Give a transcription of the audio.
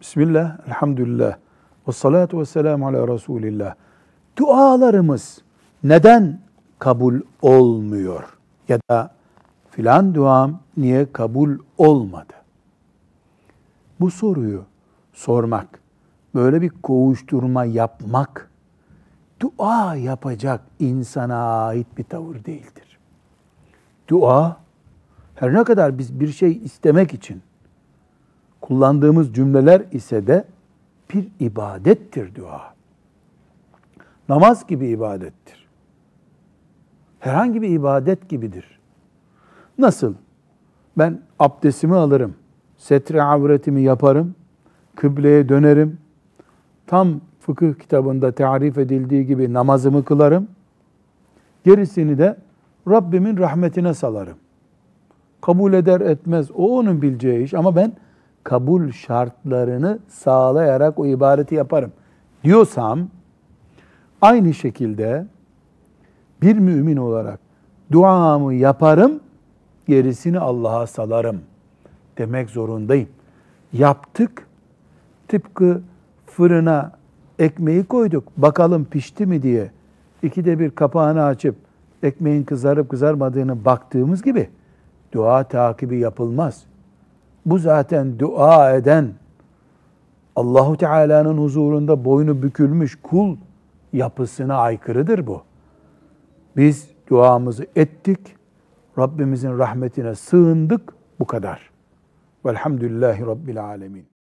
Bismillah, elhamdülillah, ve salatu ve selamu ala Resulillah. Dualarımız neden kabul olmuyor? Ya da filan duam niye kabul olmadı? Bu soruyu sormak, böyle bir kovuşturma yapmak, dua yapacak insana ait bir tavır değildir. Dua, her ne kadar biz bir şey istemek için kullandığımız cümleler ise de bir ibadettir dua. Namaz gibi ibadettir. Herhangi bir ibadet gibidir. Nasıl? Ben abdestimi alırım, setre avretimi yaparım, kıbleye dönerim, tam fıkıh kitabında tarif edildiği gibi namazımı kılarım, gerisini de Rabbimin rahmetine salarım. Kabul eder etmez o onun bileceği iş ama ben kabul şartlarını sağlayarak o ibadeti yaparım diyorsam, aynı şekilde bir mümin olarak duamı yaparım, gerisini Allah'a salarım demek zorundayım. Yaptık, tıpkı fırına ekmeği koyduk, bakalım pişti mi diye ikide bir kapağını açıp ekmeğin kızarıp kızarmadığını baktığımız gibi dua takibi yapılmaz. Bu zaten dua eden, Allahu Teala'nın huzurunda boynu bükülmüş kul yapısına aykırıdır bu. Biz duamızı ettik, Rabbimizin rahmetine sığındık, bu kadar. Velhamdülillahi Rabbil alemin.